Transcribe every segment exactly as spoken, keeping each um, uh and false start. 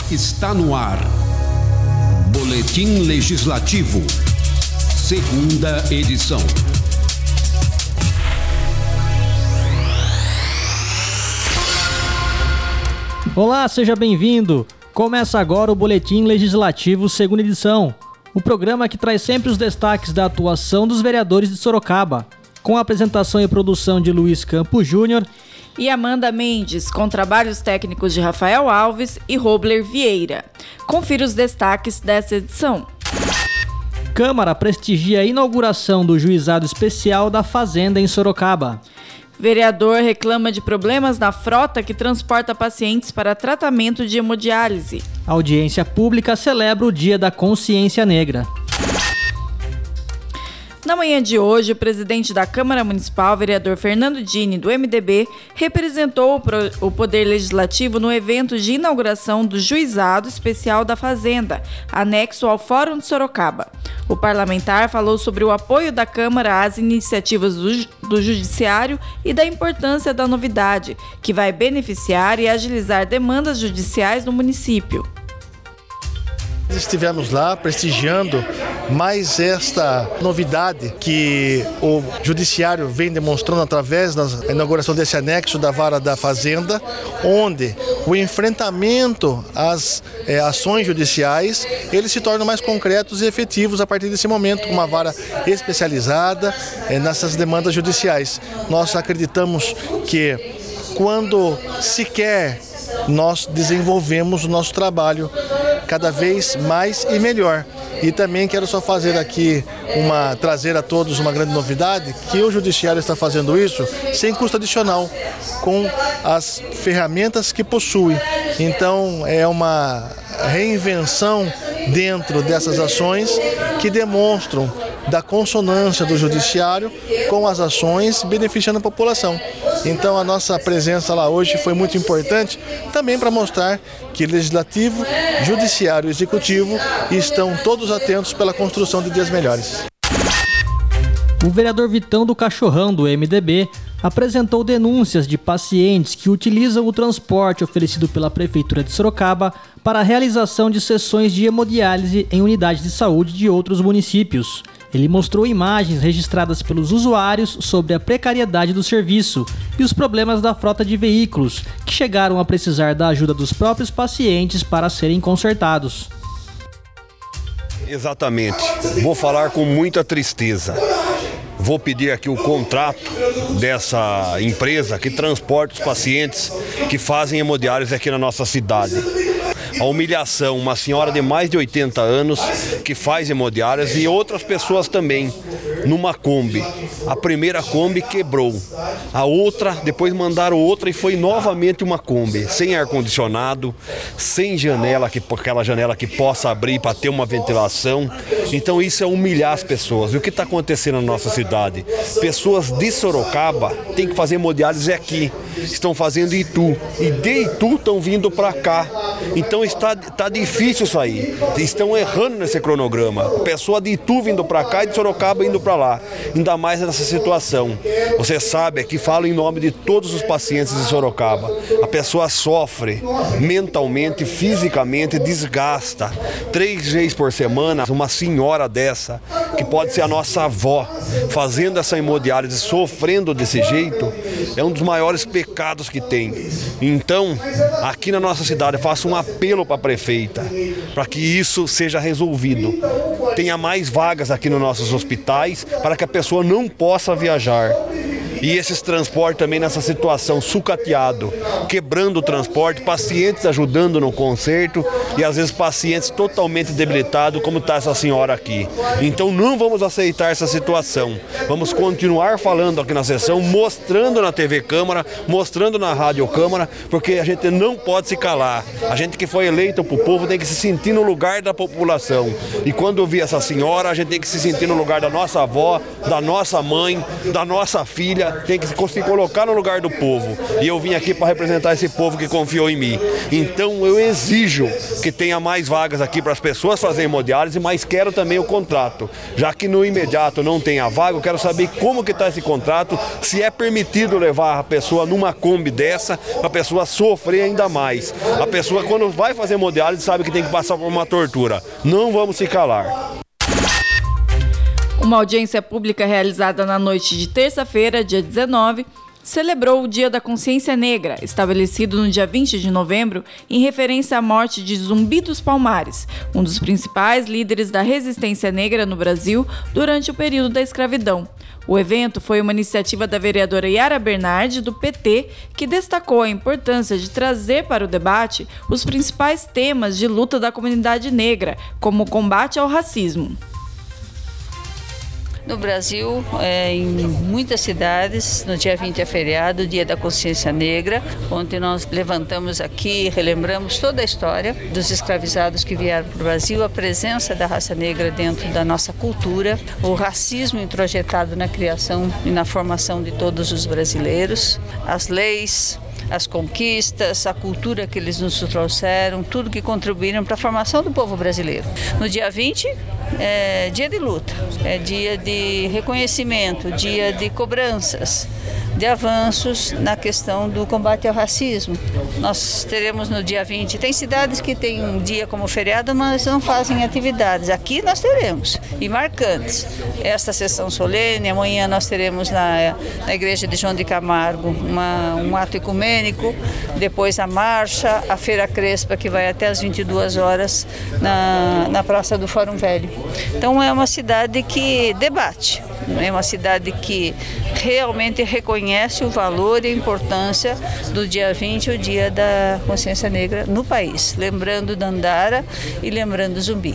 Está no ar. Boletim Legislativo, segunda edição. Olá, seja bem-vindo. Começa agora o Boletim Legislativo, segunda edição. O programa que traz sempre os destaques da atuação dos vereadores de Sorocaba, com a apresentação e produção de Luiz Campos Júnior e Amanda Mendes, com trabalhos técnicos de Rafael Alves e Robler Vieira. Confira os destaques dessa edição. Câmara prestigia a inauguração do Juizado Especial da Fazenda em Sorocaba. Vereador reclama de problemas na frota que transporta pacientes para tratamento de hemodiálise. A audiência pública celebra o Dia da Consciência Negra. Na manhã de hoje, o presidente da Câmara Municipal, vereador Fernando Dini, do M D B, representou o Poder Legislativo no evento de inauguração do Juizado Especial da Fazenda, anexo ao Fórum de Sorocaba. O parlamentar falou sobre o apoio da Câmara às iniciativas do, do Judiciário e da importância da novidade, que vai beneficiar e agilizar demandas judiciais no município. Estivemos lá prestigiando mais esta novidade que o Judiciário vem demonstrando através da inauguração desse anexo da Vara da Fazenda, onde o enfrentamento às é, ações judiciais, eles se tornam mais concretos e efetivos a partir desse momento, com uma vara especializada é, nessas demandas judiciais. Nós acreditamos que quando se quer, nós desenvolvemos o nosso trabalho cada vez mais e melhor. E também quero só fazer aqui uma trazer a todos uma grande novidade, que o Judiciário está fazendo isso sem custo adicional, com as ferramentas que possui. Então é uma reinvenção dentro dessas ações que demonstram da consonância do Judiciário com as ações beneficiando a população. Então a nossa presença lá hoje foi muito importante também para mostrar que Legislativo, Judiciário e Executivo estão todos atentos pela construção de dias melhores. O vereador Vitão do Cachorrão, do M D B, apresentou denúncias de pacientes que utilizam o transporte oferecido pela Prefeitura de Sorocaba para a realização de sessões de hemodiálise em unidades de saúde de outros municípios. Ele mostrou imagens registradas pelos usuários sobre a precariedade do serviço e os problemas da frota de veículos, que chegaram a precisar da ajuda dos próprios pacientes para serem consertados. Exatamente. Vou falar com muita tristeza. Vou pedir aqui o contrato dessa empresa que transporta os pacientes que fazem hemodiálise aqui na nossa cidade. A humilhação, uma senhora de mais de oitenta anos que faz hemodiálise e outras pessoas também, numa Kombi. A primeira Kombi quebrou, a outra, depois mandaram outra e foi novamente uma Kombi, sem ar-condicionado, sem janela, que, aquela janela que possa abrir para ter uma ventilação. Então isso é humilhar as pessoas. E o que está acontecendo na nossa cidade? Pessoas de Sorocaba têm que fazer hemodiálise aqui, estão fazendo em Itu, e de Itu estão vindo para cá. Então está, está difícil isso aí, estão errando nesse cronograma. A pessoa de Itu vindo para cá e de Sorocaba indo para lá, ainda mais nessa situação. Você sabe, aqui falo em nome de todos os pacientes de Sorocaba, a pessoa sofre mentalmente, fisicamente, desgasta. Três vezes por semana, uma senhora dessa, que pode ser a nossa avó, fazendo essa hemodiálise, sofrendo desse jeito, é um dos maiores pecados que tem. Então, aqui na nossa cidade, eu faço um apelo para a prefeita, para que isso seja resolvido. Tenha mais vagas aqui nos nossos hospitais, para que a pessoa não possa viajar. E esses transportes também nessa situação, sucateado, quebrando o transporte, pacientes ajudando no conserto e às vezes pacientes totalmente debilitados, como está essa senhora aqui. Então não vamos aceitar essa situação. Vamos continuar falando aqui na sessão, mostrando na T V Câmara, mostrando na Rádio Câmara, porque a gente não pode se calar. A gente que foi eleito para o povo tem que se sentir no lugar da população. E quando eu vi essa senhora, a gente tem que se sentir no lugar da nossa avó, da nossa mãe, da nossa filha, tem que se colocar no lugar do povo. E eu vim aqui para representar esse povo que confiou em mim. Então eu exijo que tenha mais vagas aqui para as pessoas fazerem hemodiálise, mas quero também o contrato. Já que no imediato não tem a vaga, eu quero saber como que está esse contrato, se é permitido levar a pessoa numa Kombi dessa, para a pessoa sofrer ainda mais. A pessoa, quando vai fazer hemodiálise, sabe que tem que passar por uma tortura. Não vamos se calar. Uma audiência pública realizada na noite de terça-feira, dia dezenove, celebrou o Dia da Consciência Negra, estabelecido no dia vinte de novembro, em referência à morte de Zumbi dos Palmares, um dos principais líderes da resistência negra no Brasil durante o período da escravidão. O evento foi uma iniciativa da vereadora Yara Bernardi, do P T, que destacou a importância de trazer para o debate os principais temas de luta da comunidade negra, como o combate ao racismo. No Brasil, é, em muitas cidades, no dia vinte é feriado, o Dia da Consciência Negra, onde nós levantamos aqui, relembramos toda a história dos escravizados que vieram para o Brasil, a presença da raça negra dentro da nossa cultura, o racismo introjetado na criação e na formação de todos os brasileiros, as leis, as conquistas, a cultura que eles nos trouxeram, tudo que contribuíram para a formação do povo brasileiro. No dia vinte, é dia de luta, é dia de reconhecimento, dia de cobranças, de avanços na questão do combate ao racismo. Nós teremos no dia vinte, tem cidades que têm um dia como feriado, mas não fazem atividades. Aqui nós teremos, e marcantes. Esta sessão solene, amanhã nós teremos na, na igreja de João de Camargo uma, um ato ecumênico, depois a marcha, a Feira Crespa, que vai até às vinte e duas horas na, na Praça do Fórum Velho. Então é uma cidade que debate, é uma cidade que realmente reconhece o valor e a importância do dia vinte, o Dia da Consciência Negra no país, lembrando Dandara e lembrando Zumbi.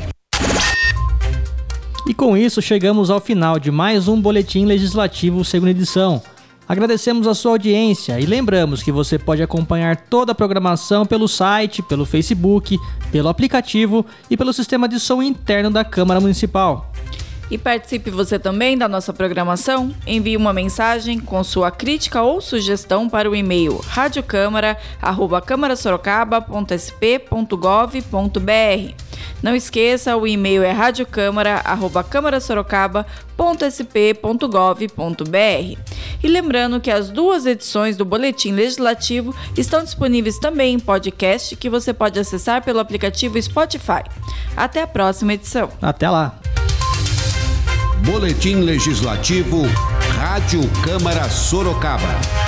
E com isso chegamos ao final de mais um Boletim Legislativo segunda edição. Agradecemos a sua audiência e lembramos que você pode acompanhar toda a programação pelo site, pelo Facebook, pelo aplicativo e pelo sistema de som interno da Câmara Municipal. E participe você também da nossa programação. Envie uma mensagem com sua crítica ou sugestão para o e-mail radiocâmara arroba câmara sorocaba ponto s p ponto gov ponto b r. Não esqueça, o e-mail é radiocâmara arroba câmara sorocaba ponto s p ponto gov ponto b r. E lembrando que as duas edições do Boletim Legislativo estão disponíveis também em podcast, que você pode acessar pelo aplicativo Spotify. Até a próxima edição. Até lá. Boletim Legislativo, Rádio Câmara Sorocaba.